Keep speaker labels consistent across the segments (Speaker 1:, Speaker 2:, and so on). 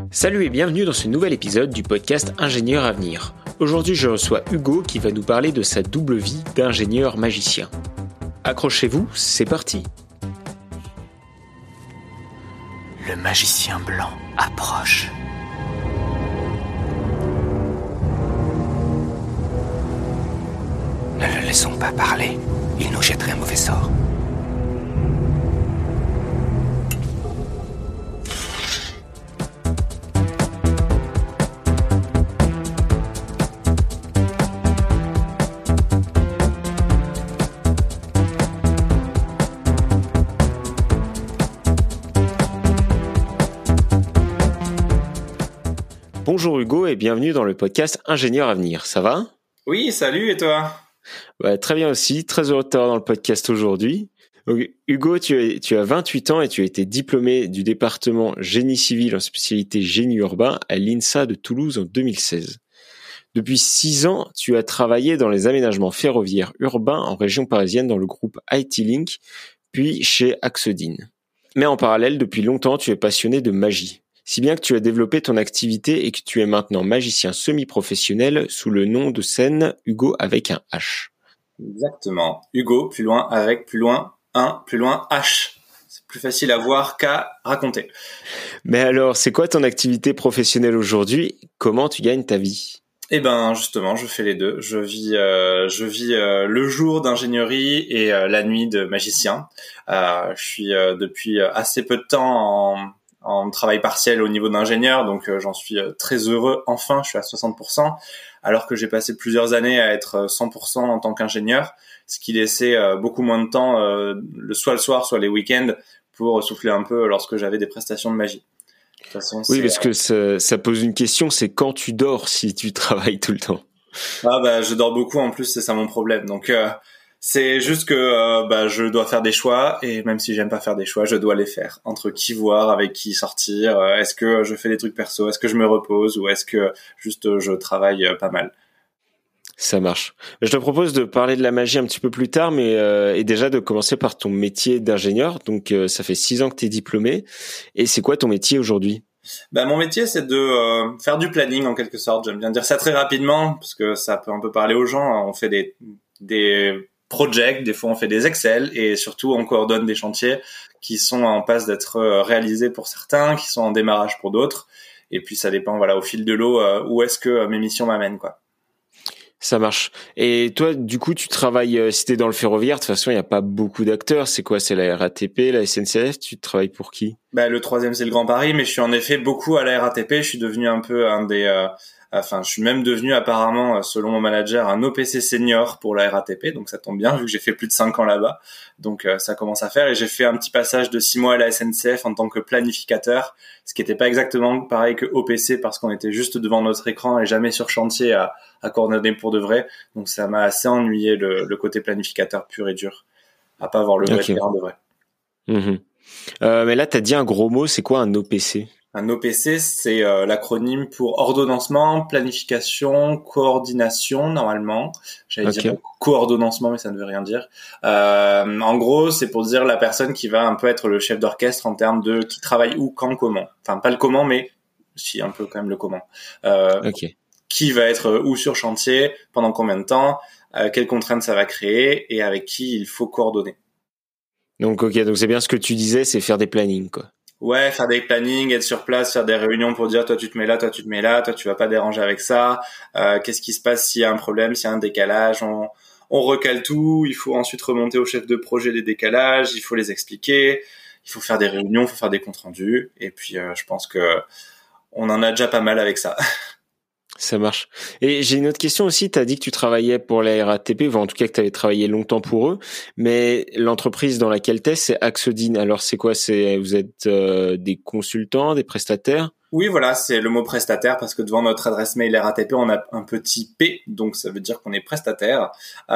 Speaker 1: Salut et bienvenue dans ce nouvel épisode du podcast Ingénieur à venir. Aujourd'hui, je reçois Hugo qui va nous parler de sa double vie d'ingénieur magicien. Accrochez-vous, c'est parti.
Speaker 2: Le magicien blanc approche. Ne le laissons pas parler. Il nous jetterait un mauvais sort.
Speaker 1: Bonjour Hugo et bienvenue dans le podcast Ingénieur à venir. Ça va ?
Speaker 3: Oui, salut et toi ?
Speaker 1: Très bien aussi, très heureux de t'avoir dans le podcast aujourd'hui. Donc, Hugo, tu as 28 ans et tu as été diplômé du département génie civil en spécialité génie urbain à l'INSA de Toulouse en 2016. Depuis 6 ans, tu as travaillé dans les aménagements ferroviaires urbains en région parisienne dans le groupe IT-Link, puis chez Axodine. Mais en parallèle, depuis longtemps, tu es passionné de magie. Si bien que tu as développé ton activité et que tu es maintenant magicien semi-professionnel sous le nom de scène Hugo avec un H.
Speaker 3: Exactement. Hugo, plus loin avec, plus loin, un, plus loin, H. C'est plus facile à voir qu'à raconter.
Speaker 1: Mais alors, c'est quoi ton activité professionnelle aujourd'hui ? Comment tu gagnes ta vie ?
Speaker 3: Eh ben, justement, je fais les deux. Je vis le jour d'ingénierie et la nuit de magicien. Je suis depuis assez peu de temps en travail partiel au niveau d'ingénieur, donc j'en suis très heureux. Enfin, je suis à 60%, alors que j'ai passé plusieurs années à être 100% en tant qu'ingénieur, ce qui laissait beaucoup moins de temps, soit le soir, soit les week-ends, pour souffler un peu lorsque j'avais des prestations de magie. De toute façon,
Speaker 1: oui, parce que ça pose une question, c'est quand tu dors si tu travailles tout le temps.
Speaker 3: Je dors beaucoup en plus, c'est ça mon problème. Donc c'est juste que je dois faire des choix, et même si j'aime pas faire des choix, je dois les faire. Entre qui voir, avec qui sortir, est-ce que je fais des trucs perso, est-ce que je me repose, ou est-ce que juste je travaille pas mal.
Speaker 1: Ça marche. Je te propose de parler de la magie un petit peu plus tard, mais et déjà de commencer par ton métier d'ingénieur. Donc ça fait 6 ans que tu es diplômé. Et c'est quoi ton métier aujourd'hui ?
Speaker 3: Mon métier, c'est de faire du planning en quelque sorte. J'aime bien dire ça très rapidement parce que ça peut un peu parler aux gens. On fait des projects, des fois on fait des Excel, et surtout on coordonne des chantiers qui sont en passe d'être réalisés pour certains, qui sont en démarrage pour d'autres. Et puis ça dépend, au fil de l'eau, où est-ce que mes missions m'amènent, quoi.
Speaker 1: Ça marche. Et toi, du coup, tu travailles, si t'es dans le ferroviaire, de toute façon, il n'y a pas beaucoup d'acteurs. C'est quoi ? C'est la RATP, la SNCF ? Tu travailles pour qui ?
Speaker 3: Le troisième, c'est le Grand Paris, mais je suis en effet beaucoup à la RATP. Je suis devenu un peu je suis même devenu apparemment, selon mon manager, un OPC senior pour la RATP. Donc ça tombe bien, vu que j'ai fait plus de 5 ans là-bas. Donc ça commence à faire. Et j'ai fait un petit passage de 6 mois à la SNCF en tant que planificateur, ce qui n'était pas exactement pareil que OPC, parce qu'on était juste devant notre écran et jamais sur chantier à coordonner pour de vrai. Donc ça m'a assez ennuyé, le côté planificateur pur et dur, à pas avoir le vrai terrain de vrai.
Speaker 1: Mmh. Mais là, t'as dit un gros mot, c'est quoi un OPC ?
Speaker 3: Un OPC, c'est l'acronyme pour ordonnancement, planification, coordination, normalement. J'allais dire coordonnancement, mais ça ne veut rien dire. En gros, c'est pour dire la personne qui va un peu être le chef d'orchestre en termes de qui travaille où, quand, comment. Enfin, pas le comment, mais si, un peu quand même le comment. Qui va être où sur chantier, pendant combien de temps, quelles contraintes ça va créer, et avec qui il faut coordonner.
Speaker 1: Donc c'est bien ce que tu disais, c'est faire des plannings, quoi.
Speaker 3: Ouais, faire des plannings, être sur place, faire des réunions pour dire toi tu te mets là, toi tu te mets là, toi tu vas pas déranger avec ça. Qu'est-ce qui se passe s'il y a un problème, s'il y a un décalage, on recale tout. Il faut ensuite remonter au chef de projet des décalages, il faut les expliquer, il faut faire des réunions, il faut faire des comptes rendus. Et puis je pense que on en a déjà pas mal avec ça.
Speaker 1: Ça marche. Et j'ai une autre question aussi. Tu as dit que tu travaillais pour la RATP, en tout cas que tu avais travaillé longtemps pour eux, mais l'entreprise dans laquelle tu es, c'est Axodine. Alors c'est quoi ? Vous êtes des consultants, des prestataires ?
Speaker 3: Oui, voilà, c'est le mot prestataire, parce que devant notre adresse mail RATP, on a un petit P, donc ça veut dire qu'on est prestataire.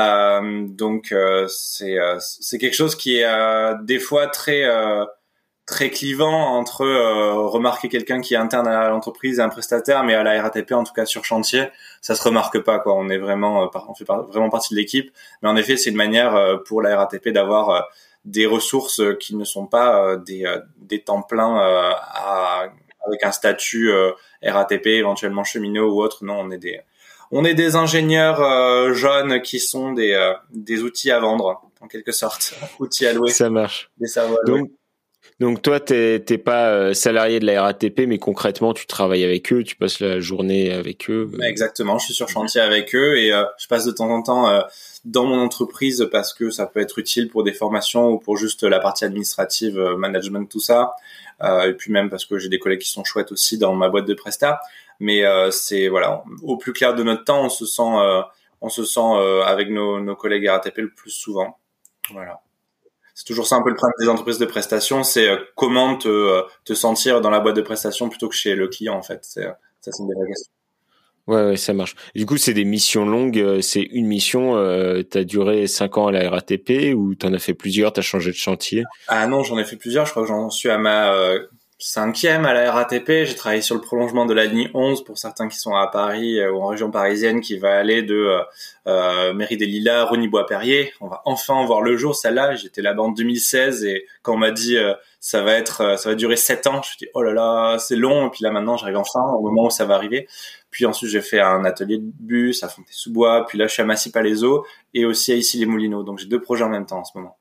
Speaker 3: C'est quelque chose qui est des fois très clivant entre remarquer quelqu'un qui est interne à l'entreprise et un prestataire, mais à la RATP, en tout cas sur chantier, ça se remarque pas, quoi. On est vraiment, on fait vraiment partie de l'équipe, mais en effet, c'est une manière pour la RATP d'avoir des ressources qui ne sont pas des temps pleins avec un statut RATP, éventuellement cheminot ou autre. Non, on est des ingénieurs jeunes qui sont des outils à vendre, en quelque sorte, outils à louer.
Speaker 1: Ça marche.
Speaker 3: Des cerveaux à louer.
Speaker 1: Donc toi, t'es pas salarié de la RATP, mais concrètement, tu travailles avec eux, tu passes la journée avec eux.
Speaker 3: Exactement, je suis sur chantier avec eux et je passe de temps en temps dans mon entreprise parce que ça peut être utile pour des formations ou pour juste la partie administrative, management, tout ça. Et puis même parce que j'ai des collègues qui sont chouettes aussi dans ma boîte de presta. Mais c'est voilà, au plus clair de notre temps, on se sent avec nos collègues RATP le plus souvent. Voilà. C'est toujours ça un peu le problème des entreprises de prestation, c'est comment te sentir dans la boîte de prestation plutôt que chez le client en fait. Ça c'est une des vraies questions.
Speaker 1: Ouais, ça marche. Du coup, c'est des missions longues. C'est une mission. T'as duré 5 ans à la RATP ou t'en as fait plusieurs? T'as changé de chantier?
Speaker 3: Ah non, j'en ai fait plusieurs. Je crois que j'en suis à ma 5e à la RATP. J'ai travaillé sur le prolongement de la ligne 11 pour certains qui sont à Paris ou en région parisienne, qui va aller de Mairie des Lilas, Rosny-Bois-Perrier. On va enfin voir le jour, celle-là. J'étais là-bas en 2016 et quand on m'a dit ça va durer 7 ans, je me suis dit oh là là, c'est long. Et puis là maintenant, j'arrive enfin au moment où ça va arriver. Puis ensuite, j'ai fait un atelier de bus à Fontenay-sous-Bois. Puis là, je suis à Massy-Palaiseau et aussi à Issy-les-Moulineaux. Donc j'ai 2 projets en même temps en ce moment.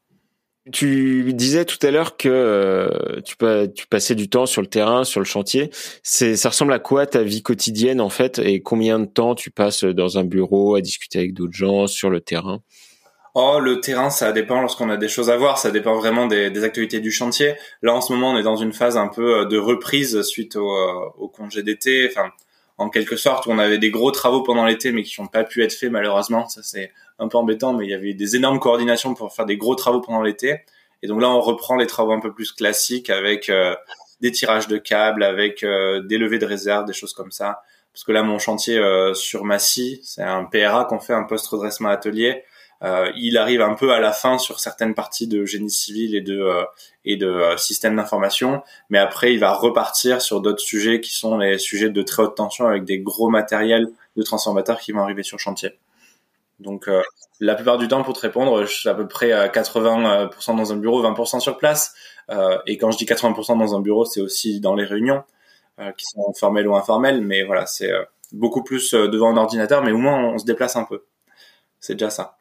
Speaker 1: Tu disais tout à l'heure que tu passais du temps sur le terrain, sur le chantier. Ça ressemble à quoi ta vie quotidienne en fait, et combien de temps tu passes dans un bureau à discuter avec d'autres gens sur le terrain?
Speaker 3: Oh, le terrain, ça dépend lorsqu'on a des choses à voir. Ça dépend vraiment des activités du chantier. Là, en ce moment, on est dans une phase un peu de reprise suite au congé d'été. Enfin, en quelque sorte, on avait des gros travaux pendant l'été, mais qui n'ont pas pu être faits malheureusement. Ça, c'est un peu embêtant, mais il y avait des énormes coordinations pour faire des gros travaux pendant l'été. Et donc là, on reprend les travaux un peu plus classiques avec des tirages de câbles, avec des levées de réserve, des choses comme ça. Parce que là, mon chantier sur Massy, c'est un PRA qu'on fait, un post-redressement atelier. Il arrive un peu à la fin sur certaines parties de génie civil et de système d'information, mais après il va repartir sur d'autres sujets qui sont les sujets de très haute tension avec des gros matériels de transformateurs qui vont arriver sur chantier. Donc la plupart du temps, pour te répondre, je suis à peu près à 80% dans un bureau, 20% sur place. Et quand je dis 80% dans un bureau, c'est aussi dans les réunions qui sont formelles ou informelles, mais voilà, c'est beaucoup plus devant un ordinateur, mais au moins on se déplace un peu. C'est déjà ça.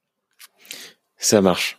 Speaker 1: Ça marche.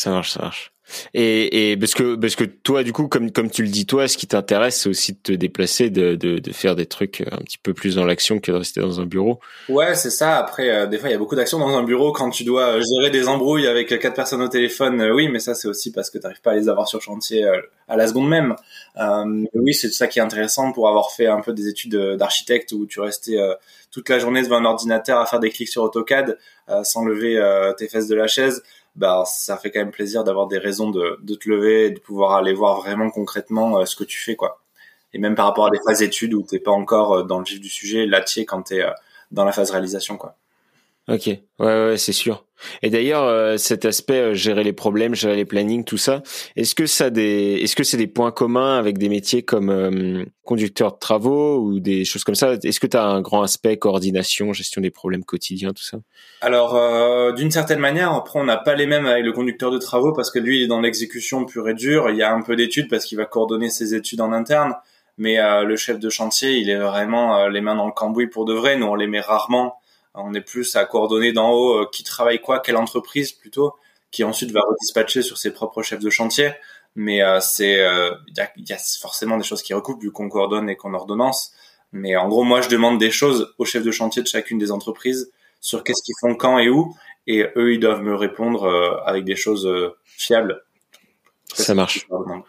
Speaker 1: Et parce que toi, du coup, comme tu le dis, toi, ce qui t'intéresse, c'est aussi de te déplacer, de faire des trucs un petit peu plus dans l'action que de rester dans un bureau.
Speaker 3: Ouais, c'est ça. Après, des fois, il y a beaucoup d'actions dans un bureau quand tu dois gérer des embrouilles avec 4 personnes au téléphone. Oui, mais ça, c'est aussi parce que t'arrives pas à les avoir sur chantier à la seconde même. Oui, c'est ça qui est intéressant pour avoir fait un peu des études d'architecte où tu restais toute la journée devant un ordinateur à faire des clics sur AutoCAD sans lever tes fesses de la chaise. Bah, ça fait quand même plaisir d'avoir des raisons de te lever et de pouvoir aller voir vraiment concrètement ce que tu fais, quoi. Et même par rapport à des phases études où t'es pas encore dans le vif du sujet, là t'y es quand t'es dans la phase réalisation, quoi.
Speaker 1: Ok, ouais, c'est sûr. Et d'ailleurs, cet aspect gérer les problèmes, gérer les plannings, tout ça, est-ce que c'est des points communs avec des métiers comme conducteur de travaux ou des choses comme ça? Est-ce que tu as un grand aspect coordination, gestion des problèmes quotidiens, tout ça?
Speaker 3: Alors, d'une certaine manière, après on n'a pas les mêmes avec le conducteur de travaux parce que lui il est dans l'exécution pure et dure. Il y a un peu d'études parce qu'il va coordonner ses études en interne, mais le chef de chantier, il est vraiment les mains dans le cambouis pour de vrai. Nous on les met rarement. On est plus à coordonner d'en haut qui travaille quoi, quelle entreprise plutôt, qui ensuite va redispatcher sur ses propres chefs de chantier. Mais il y a forcément des choses qui recoupent vu qu'on coordonne et qu'on ordonnance. Mais en gros, moi, je demande des choses aux chefs de chantier de chacune des entreprises sur qu'est-ce qu'ils font quand et où, et eux, ils doivent me répondre avec des choses fiables.
Speaker 1: Ça marche.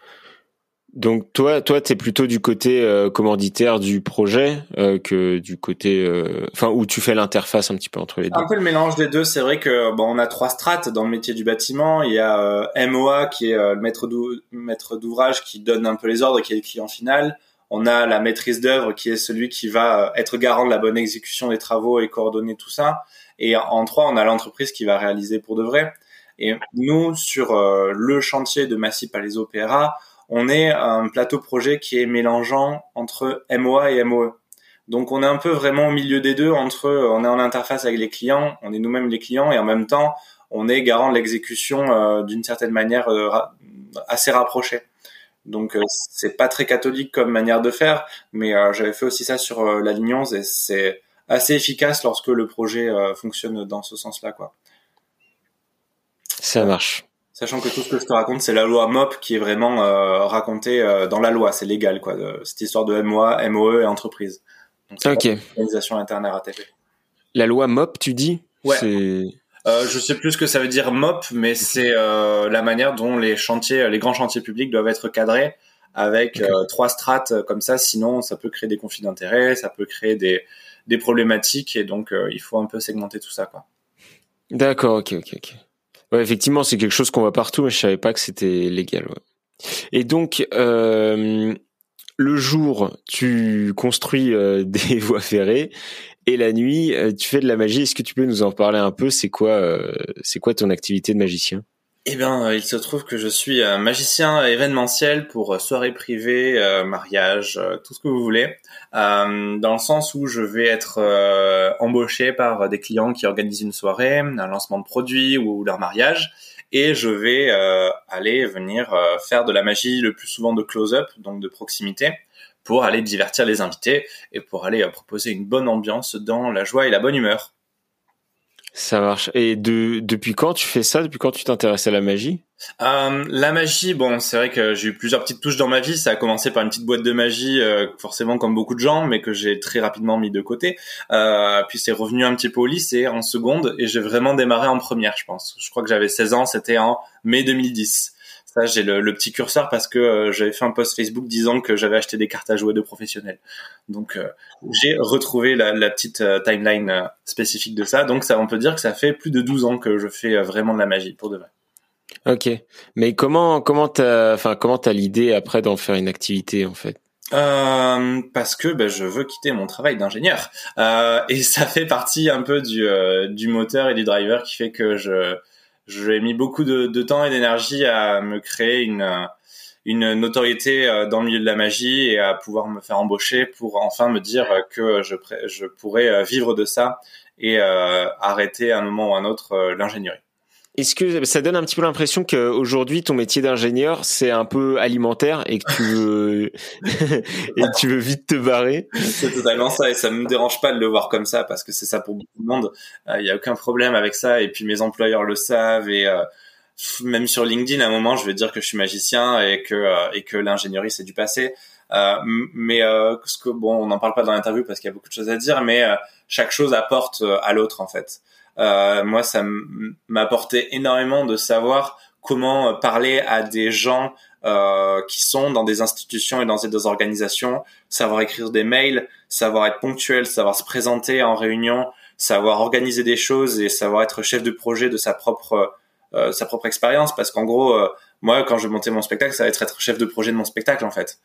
Speaker 1: Donc toi, t'es plutôt du côté commanditaire du projet que du côté, où tu fais l'interface un petit peu entre les deux.
Speaker 3: Un peu le mélange des deux. C'est vrai que on a 3 strates dans le métier du bâtiment. Il y a MOA qui est le maître d'ouvrage qui donne un peu les ordres, qui est le client final. On a la maîtrise d'œuvre qui est celui qui va être garant de la bonne exécution des travaux et coordonner tout ça. Et en 3, on a l'entreprise qui va réaliser pour de vrai. Et nous, sur le chantier de Massy-Palaiseau PRA, on est un plateau projet qui est mélangeant entre MOA et MOE. Donc on est un peu vraiment au milieu des deux, on est en interface avec les clients, on est nous-mêmes les clients et en même temps on est garant de l'exécution d'une certaine manière assez rapprochée. Donc c'est pas très catholique comme manière de faire, mais j'avais fait aussi ça sur la ligne 11 et c'est assez efficace lorsque le projet fonctionne dans ce sens-là, quoi.
Speaker 1: Ça marche.
Speaker 3: Sachant que tout ce que je te raconte, c'est la loi MOP qui est vraiment racontée dans la loi, c'est légal, quoi, cette histoire de MOA, MOE et entreprise. Donc c'est l'organisation interne RATP.
Speaker 1: La loi MOP, tu dis?
Speaker 3: Ouais. Je sais plus ce que ça veut dire MOP, mais c'est la manière dont les grands chantiers publics doivent être cadrés avec 3 strates comme ça. Sinon, ça peut créer des conflits d'intérêts, ça peut créer des problématiques, et donc il faut un peu segmenter tout ça, quoi.
Speaker 1: D'accord, ok. Ouais, effectivement, c'est quelque chose qu'on voit partout, mais je savais pas que c'était légal. Ouais. Et donc, le jour, tu construis des voies ferrées. Et la nuit, tu fais de la magie. Est-ce que tu peux nous en parler un peu? C'est quoi ton activité de magicien?
Speaker 3: Eh bien, il se trouve que je suis magicien événementiel pour soirées privées, mariages, tout ce que vous voulez. Dans le sens où je vais être embauché par des clients qui organisent une soirée, un lancement de produit ou leur mariage. Et je vais venir faire de la magie le plus souvent de close-up, donc de proximité, pour aller divertir les invités et pour aller proposer une bonne ambiance dans la joie et la bonne humeur.
Speaker 1: Ça marche. Et depuis quand tu fais ça? Depuis quand tu t'intéresses à la magie?
Speaker 3: La magie, bon, c'est vrai que j'ai eu plusieurs petites touches dans ma vie. Ça a commencé par une petite boîte de magie, forcément comme beaucoup de gens, mais que j'ai très rapidement mis de côté. Puis c'est revenu un petit peu au lycée, en seconde, et j'ai vraiment démarré en première, je pense. Je crois que j'avais 16 ans, c'était en mai 2010. Ça, j'ai le petit curseur parce que j'avais fait un post Facebook disant que j'avais acheté des cartes à jouer de professionnels. Donc, j'ai retrouvé la petite timeline spécifique de ça. Donc, ça, on peut dire que ça fait plus de 12 ans que je fais vraiment de la magie, pour de vrai.
Speaker 1: Ok. Mais comment t'as l'idée après d'en faire une activité, en fait?
Speaker 3: Parce que je veux quitter mon travail d'ingénieur. Et ça fait partie un peu du moteur et du driver qui fait que j'ai mis beaucoup de temps et d'énergie à me créer une notoriété dans le milieu de la magie et à pouvoir me faire embaucher pour enfin me dire que je pourrais vivre de ça et arrêter à un moment ou à un autre l'ingénierie.
Speaker 1: Est-ce que ça donne un petit peu l'impression qu'aujourd'hui ton métier d'ingénieur c'est un peu alimentaire et que tu veux vite te barrer?
Speaker 3: C'est totalement ça et ça me dérange pas de le voir comme ça parce que c'est ça pour beaucoup de monde. Il y a aucun problème avec ça et puis mes employeurs le savent et même sur LinkedIn à un moment je vais dire que je suis magicien et que l'ingénierie c'est du passé. Mais on n'en parle pas dans l'interview parce qu'il y a beaucoup de choses à dire, mais chaque chose apporte à l'autre en fait. Moi, ça m'a apporté énormément de savoir comment parler à des gens qui sont dans des institutions et dans des organisations, savoir écrire des mails, savoir être ponctuel, savoir se présenter en réunion, savoir organiser des choses et savoir être chef de projet de sa propre expérience. Parce qu'en gros, moi, quand je montais mon spectacle, ça va être chef de projet de mon spectacle en fait.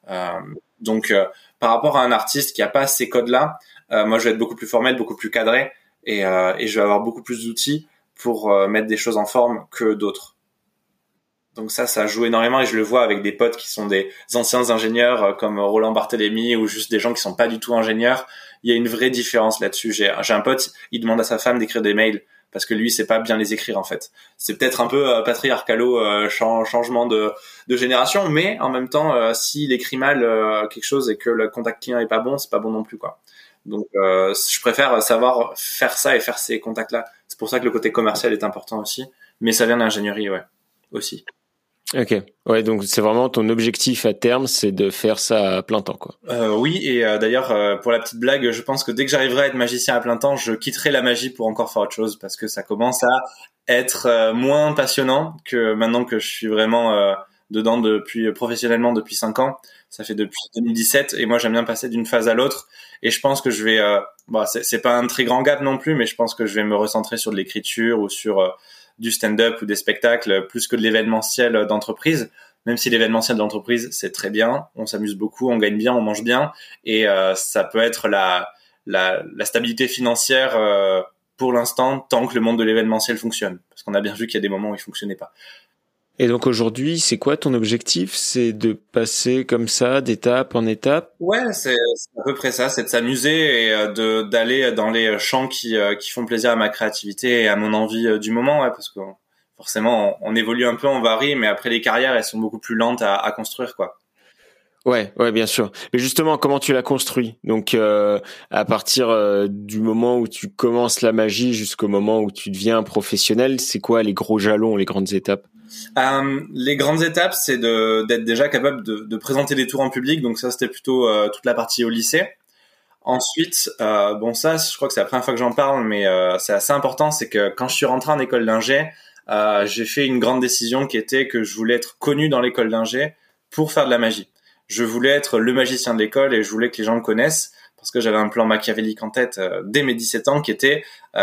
Speaker 3: Donc, par rapport à un artiste qui a pas ces codes-là, moi, je vais être beaucoup plus formel, beaucoup plus cadré. Et je vais avoir beaucoup plus d'outils pour mettre des choses en forme que d'autres. Donc ça joue énormément et je le vois avec des potes qui sont des anciens ingénieurs comme Roland Barthélémy ou juste des gens qui sont pas du tout ingénieurs. Il y a une vraie différence là-dessus. J'ai un pote, il demande à sa femme d'écrire des mails parce que lui, il sait pas bien les écrire en fait. C'est peut-être un peu patriarcalo, changement de génération, mais en même temps, s'il écrit mal quelque chose et que le contact client est pas bon, c'est pas bon non plus quoi. Donc, je préfère savoir faire ça et faire ces contacts-là. C'est pour ça que le côté commercial est important aussi. Mais ça vient de l'ingénierie, ouais, aussi.
Speaker 1: Ok. Ouais, donc c'est vraiment ton objectif à terme, c'est de faire ça à plein temps, quoi.
Speaker 3: Oui, et d'ailleurs, pour la petite blague, je pense que dès que j'arriverai à être magicien à plein temps, je quitterai la magie pour encore faire autre chose parce que ça commence à être moins passionnant que maintenant que je suis vraiment dedans professionnellement depuis 5 ans. Ça fait depuis 2017 et moi j'aime bien passer d'une phase à l'autre et je pense que je vais c'est pas un très grand gap non plus mais je pense que je vais me recentrer sur de l'écriture ou sur du stand-up ou des spectacles plus que de l'événementiel d'entreprise, même si l'événementiel d'entreprise c'est très bien, on s'amuse beaucoup, on gagne bien, on mange bien et ça peut être la stabilité financière pour l'instant tant que le monde de l'événementiel fonctionne parce qu'on a bien vu qu'il y a des moments où il fonctionnait pas.
Speaker 1: Et donc aujourd'hui, c'est quoi ton objectif? C'est de passer comme ça, d'étape en étape?
Speaker 3: Ouais, c'est à peu près ça, c'est de s'amuser et d'aller dans les champs qui font plaisir à ma créativité et à mon envie du moment, ouais, parce que forcément, on évolue un peu, on varie, mais après les carrières, elles sont beaucoup plus lentes à construire, quoi.
Speaker 1: Ouais, bien sûr. Mais justement, comment tu l'as construit? Donc, à partir du moment où tu commences la magie jusqu'au moment où tu deviens un professionnel, c'est quoi les gros jalons, les grandes étapes?
Speaker 3: Les grandes étapes, c'est d'être déjà capable de présenter des tours en public. Donc ça, c'était plutôt toute la partie au lycée. Ensuite, bon ça, je crois que c'est la première fois que j'en parle, mais c'est assez important. C'est que quand je suis rentré en école d'ingé, j'ai fait une grande décision qui était que je voulais être connu dans l'école d'ingé pour faire de la magie. Je voulais être le magicien de l'école et je voulais que les gens me connaissent parce que j'avais un plan machiavélique en tête dès mes 17 ans qui était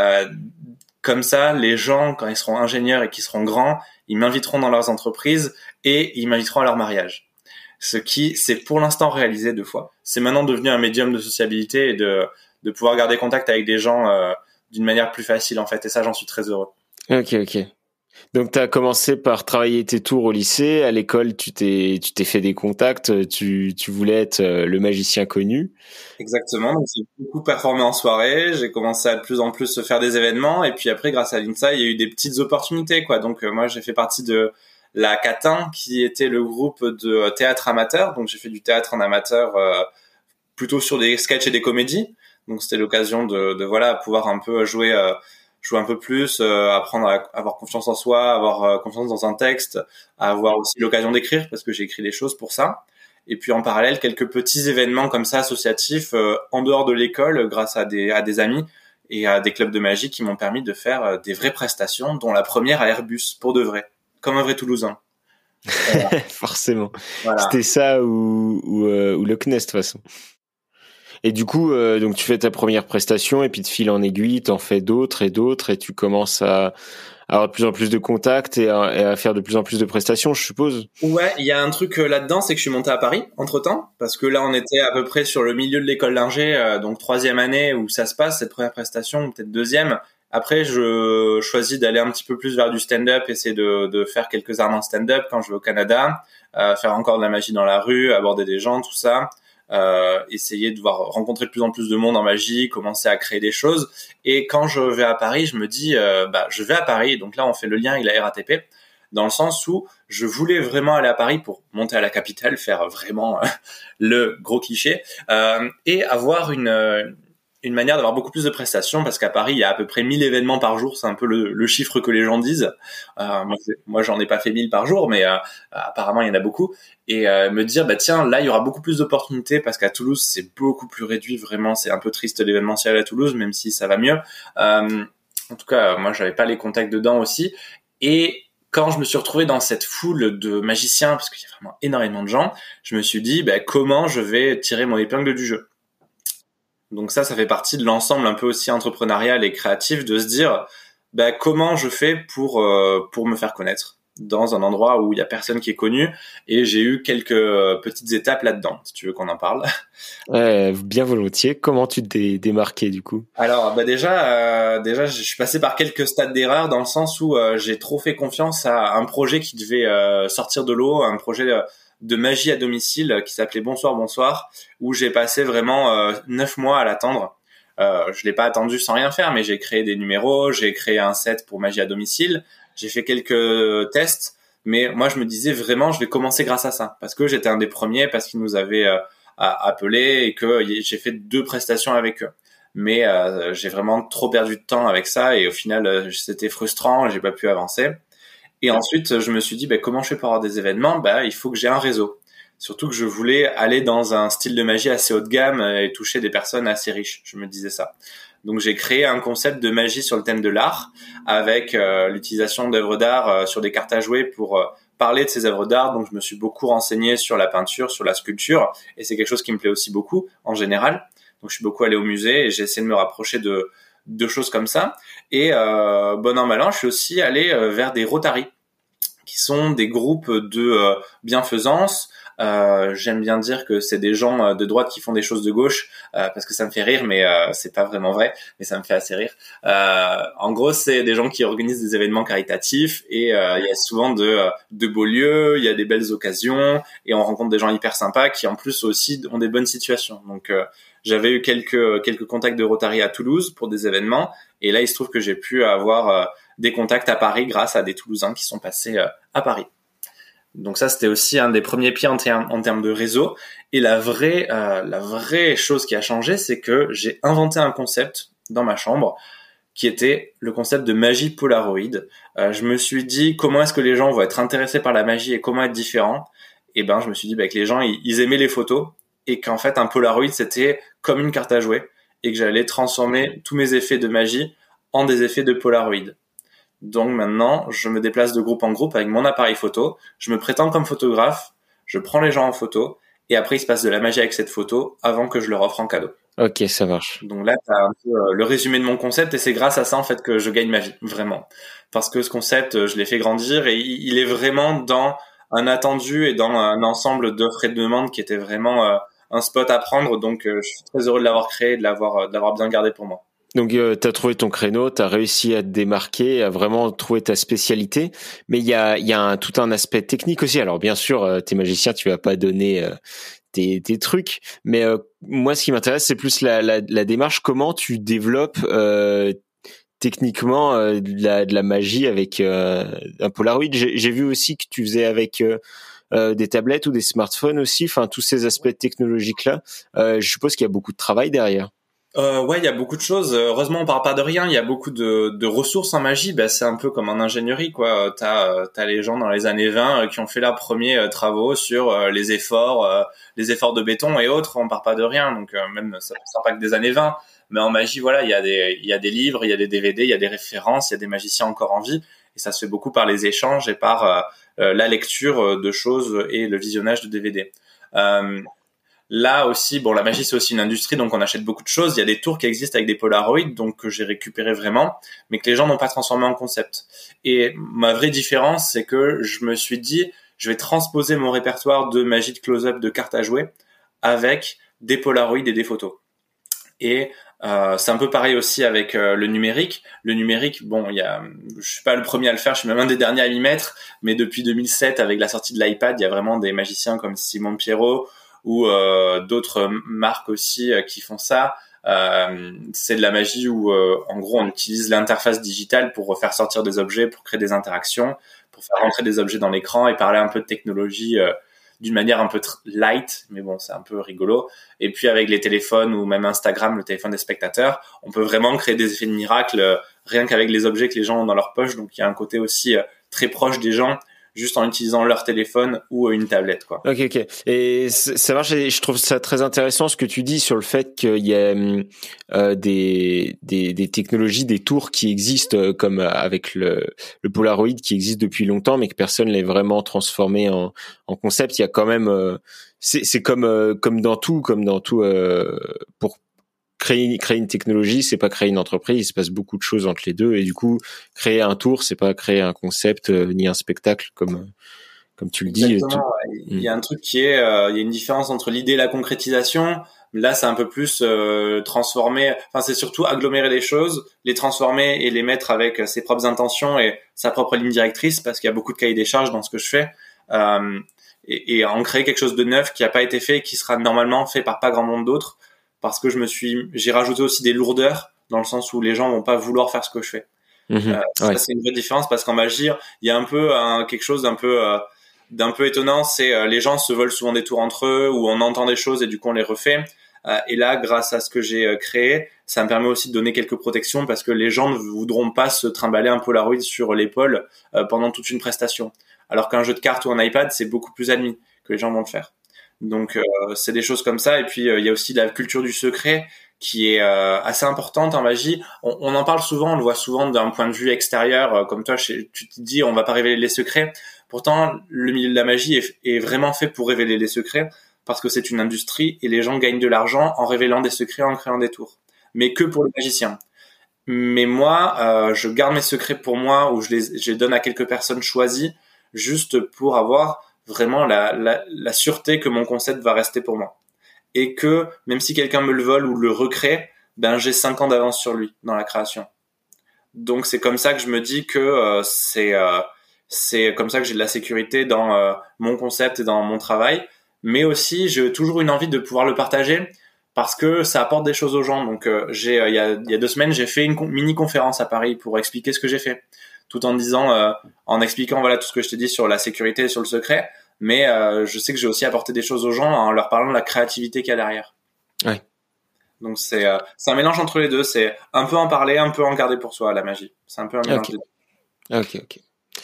Speaker 3: comme ça, les gens, quand ils seront ingénieurs et qu'ils seront grands, ils m'inviteront dans leurs entreprises et ils m'inviteront à leur mariage. Ce qui s'est pour l'instant réalisé 2 fois. C'est maintenant devenu un médium de sociabilité et de pouvoir garder contact avec des gens d'une manière plus facile en fait. Et ça, j'en suis très heureux.
Speaker 1: Ok. Donc, tu as commencé par travailler tes tours au lycée. À l'école, tu t'es fait des contacts. Tu voulais être le magicien connu.
Speaker 3: Exactement. Donc, j'ai beaucoup performé en soirée. J'ai commencé à de plus en plus se faire des événements. Et puis après, grâce à l'INSA, il y a eu des petites opportunités, quoi. Donc, moi, j'ai fait partie de la Catin, qui était le groupe de théâtre amateur. Donc, j'ai fait du théâtre en amateur plutôt sur des sketchs et des comédies. Donc, c'était l'occasion de voilà, pouvoir un peu jouer un peu plus, apprendre à avoir confiance en soi, avoir confiance dans un texte, avoir aussi l'occasion d'écrire parce que j'ai écrit des choses pour ça. Et puis en parallèle, quelques petits événements comme ça associatifs en dehors de l'école grâce à des amis et à des clubs de magie qui m'ont permis de faire des vraies prestations, dont la première à Airbus, pour de vrai, comme un vrai Toulousain. Voilà.
Speaker 1: Forcément.
Speaker 3: Voilà.
Speaker 1: C'était ça ou le CNES de toute façon. Et du coup, donc tu fais ta première prestation et puis de fil en aiguille, t'en fais d'autres et tu commences à avoir de plus en plus de contacts et à faire de plus en plus de prestations, je suppose.
Speaker 3: Ouais, il y a un truc là-dedans, c'est que je suis monté à Paris entre-temps, parce que là on était à peu près sur le milieu de l'école d'ingé, donc 3e année où ça se passe, cette première prestation, ou peut-être 2e. Après, je choisis d'aller un petit peu plus vers du stand-up, essayer de faire quelques armes en stand-up quand je vais au Canada, faire encore de la magie dans la rue, aborder des gens, tout ça. Essayer de rencontrer de plus en plus de monde en magie, commencer à créer des choses. Et quand je vais à Paris, je me dis, je vais à Paris. Donc là, on fait le lien avec la RATP, dans le sens où je voulais vraiment aller à Paris pour monter à la capitale, faire vraiment le gros cliché, et avoir une manière d'avoir beaucoup plus de prestations, parce qu'à Paris, il y a à peu près 1000 événements par jour. C'est un peu le chiffre que les gens disent. Moi, j'en ai pas fait 1000 par jour, mais apparemment, il y en a beaucoup. Et me dire, tiens, là, il y aura beaucoup plus d'opportunités, parce qu'à Toulouse, c'est beaucoup plus réduit. Vraiment, c'est un peu triste l'événementiel à Toulouse, même si ça va mieux. En tout cas, moi, j'avais pas les contacts dedans aussi. Et quand je me suis retrouvé dans cette foule de magiciens, parce qu'il y a vraiment énormément de gens, je me suis dit, comment je vais tirer mon épingle du jeu? Donc ça fait partie de l'ensemble un peu aussi entrepreneurial et créatif, de se dire comment je fais pour me faire connaître dans un endroit où il y a personne qui est connu. Et j'ai eu quelques petites étapes là-dedans, si tu veux qu'on en parle.
Speaker 1: Bien volontiers. Comment tu t'es démarqué du coup?
Speaker 3: Alors déjà je suis passé par quelques stades d'erreur, dans le sens où j'ai trop fait confiance à un projet qui devait sortir de l'eau, un projet de magie à domicile qui s'appelait Bonsoir, où j'ai passé vraiment 9 mois à l'attendre. Je l'ai pas attendu sans rien faire, mais j'ai créé des numéros, j'ai créé un set pour magie à domicile, j'ai fait quelques tests, mais moi je me disais vraiment je vais commencer grâce à ça, parce que j'étais un des premiers, parce qu'ils nous avaient appelés et que j'ai fait 2 prestations avec eux. Mais j'ai vraiment trop perdu de temps avec ça, et au final c'était frustrant, j'ai pas pu avancer. Et ensuite, je me suis dit, comment je fais pour avoir des événements? Il faut que j'ai un réseau. Surtout que je voulais aller dans un style de magie assez haut de gamme et toucher des personnes assez riches. Je me disais ça. Donc, j'ai créé un concept de magie sur le thème de l'art, avec l'utilisation d'œuvres d'art sur des cartes à jouer pour parler de ces œuvres d'art. Donc, je me suis beaucoup renseigné sur la peinture, sur la sculpture. Et c'est quelque chose qui me plaît aussi beaucoup, en général. Donc, je suis beaucoup allé au musée et j'ai essayé de me rapprocher de choses comme ça. Et bon an mal an, je suis aussi allé vers des Rotary, qui sont des groupes de bienfaisance. J'aime bien dire que c'est des gens de droite qui font des choses de gauche, parce que ça me fait rire, mais c'est pas vraiment vrai, mais ça me fait assez rire. En gros, c'est des gens qui organisent des événements caritatifs, et il y a souvent de beaux lieux, il y a des belles occasions, et on rencontre des gens hyper sympas qui en plus aussi ont des bonnes situations. Donc j'avais eu quelques contacts de Rotary à Toulouse pour des événements, et là il se trouve que j'ai pu avoir des contacts à Paris grâce à des Toulousains qui sont passés à Paris. Donc ça, c'était aussi un des premiers pieds en termes de réseau. Et la vraie chose qui a changé, c'est que j'ai inventé un concept dans ma chambre qui était le concept de magie Polaroid. Je me suis dit, comment est-ce que les gens vont être intéressés par la magie et comment être différents? Et je me suis dit que les gens, ils aimaient les photos et qu'en fait, un Polaroid, c'était comme une carte à jouer et que j'allais transformer tous mes effets de magie en des effets de Polaroid. Donc maintenant, je me déplace de groupe en groupe avec mon appareil photo, je me prétends comme photographe, je prends les gens en photo et après, il se passe de la magie avec cette photo avant que je leur offre en cadeau.
Speaker 1: Ok, ça marche.
Speaker 3: Donc là, t'as un peu le résumé de mon concept et c'est grâce à ça en fait que je gagne ma vie, vraiment. Parce que ce concept, je l'ai fait grandir et il est vraiment dans un attendu et dans un ensemble d'offres et de demandes qui était vraiment un spot à prendre. Donc je suis très heureux de l'avoir créé et de l'avoir bien gardé pour moi.
Speaker 1: Donc t'as trouvé ton créneau, t'as réussi à te démarquer, à vraiment trouver ta spécialité, mais il y a tout un aspect technique aussi. Alors bien sûr, t'es magicien, tu vas pas donner tes trucs, mais moi ce qui m'intéresse c'est plus la démarche, comment tu développes techniquement de la magie avec un Polaroid. J'ai vu aussi que tu faisais avec des tablettes ou des smartphones aussi, enfin tous ces aspects technologiques là. Je suppose qu'il y a beaucoup de travail derrière.
Speaker 3: Ouais, il y a beaucoup de choses. Heureusement, on parle pas de rien. Il y a beaucoup de ressources en magie. C'est un peu comme en ingénierie, quoi. T'as les gens dans les années 20 qui ont fait leurs premiers travaux sur les efforts de béton et autres. On parle pas de rien. Donc même ça part pas que des années 20. Mais en magie, voilà, il y a des livres, il y a des DVD, il y a des références, il y a des magiciens encore en vie. Et ça se fait beaucoup par les échanges et par la lecture de choses et le visionnage de DVD. Là aussi, la magie c'est aussi une industrie, donc on achète beaucoup de choses. Il y a des tours qui existent avec des Polaroids, donc que j'ai récupéré vraiment, mais que les gens n'ont pas transformé en concept. Et ma vraie différence, c'est que je me suis dit, je vais transposer mon répertoire de magie de close-up, de cartes à jouer, avec des Polaroids et des photos. Et c'est un peu pareil aussi avec le numérique. Le numérique, je suis pas le premier à le faire, je suis même un des derniers à m'y mettre, mais depuis 2007, avec la sortie de l'iPad, il y a vraiment des magiciens comme Simon Pierrot ou d'autres marques aussi qui font ça. C'est de la magie où en gros on utilise l'interface digitale pour faire sortir des objets, pour créer des interactions, pour faire rentrer des objets dans l'écran et parler un peu de technologie d'une manière un peu light, mais bon, c'est un peu rigolo. Et puis avec les téléphones ou même Instagram, le téléphone des spectateurs, on peut vraiment créer des effets de miracle rien qu'avec les objets que les gens ont dans leur poche. Donc il y a un côté aussi très proche des gens, juste en utilisant leur téléphone ou une tablette, quoi.
Speaker 1: Ok. Et ça marche. Et je trouve ça très intéressant ce que tu dis sur le fait qu'il y a des technologies, des tours qui existent comme avec le Polaroid qui existe depuis longtemps, mais que personne l'ait vraiment transformé en concept. Il y a quand même, c'est comme dans tout, pour créer une technologie, c'est pas créer une entreprise, il se passe beaucoup de choses entre les deux, et du coup, créer un tour, c'est pas créer un concept ni un spectacle comme tu le dis.
Speaker 3: Exactement. Il y a un truc qui est, il y a une différence entre l'idée et la concrétisation. Là, c'est un peu plus transformer. Enfin, c'est surtout agglomérer les choses, les transformer et les mettre avec ses propres intentions et sa propre ligne directrice, parce qu'il y a beaucoup de cahiers des charges dans ce que je fais. Et en créer quelque chose de neuf qui a pas été fait et qui sera normalement fait par pas grand monde d'autres. Parce que j'ai rajouté aussi des lourdeurs dans le sens où les gens vont pas vouloir faire ce que je fais. Ça, c'est une vraie différence parce qu'en magie, il y a un peu quelque chose d'un peu étonnant, c'est les gens se volent souvent des tours entre eux ou on entend des choses et du coup on les refait. Et là, grâce à ce que j'ai créé, ça me permet aussi de donner quelques protections parce que les gens ne voudront pas se trimballer un Polaroid sur l'épaule pendant toute une prestation. Alors qu'un jeu de cartes ou un iPad, c'est beaucoup plus admis que les gens vont le faire. Donc c'est des choses comme ça. Et puis il y a aussi la culture du secret qui est assez importante en magie. On en parle souvent, on le voit souvent d'un point de vue extérieur, comme toi tu te dis on va pas révéler les secrets. Pourtant le milieu de la magie est vraiment fait pour révéler les secrets parce que c'est une industrie et les gens gagnent de l'argent en révélant des secrets, en créant des tours, mais que pour les magiciens. Mais moi je garde mes secrets pour moi ou je les donne à quelques personnes choisies juste pour avoir vraiment la sûreté que mon concept va rester pour moi. Et que, même si quelqu'un me le vole ou le recrée, j'ai 5 ans d'avance sur lui dans la création. Donc c'est comme ça que je me dis que c'est comme ça que j'ai de la sécurité dans mon concept et dans mon travail. Mais aussi, j'ai toujours une envie de pouvoir le partager parce que ça apporte des choses aux gens. Donc il y a 2 semaines, j'ai fait une mini conférence à Paris pour expliquer ce que j'ai fait, tout en disant, en expliquant voilà tout ce que je t'ai dit sur la sécurité et sur le secret. Mais je sais que j'ai aussi apporté des choses aux gens en leur parlant de la créativité qu'il y a derrière.
Speaker 1: Ouais.
Speaker 3: Donc c'est un mélange entre les deux. C'est un peu en parler, un peu en garder pour soi, la magie. C'est un peu un mélange des deux.
Speaker 1: Ok.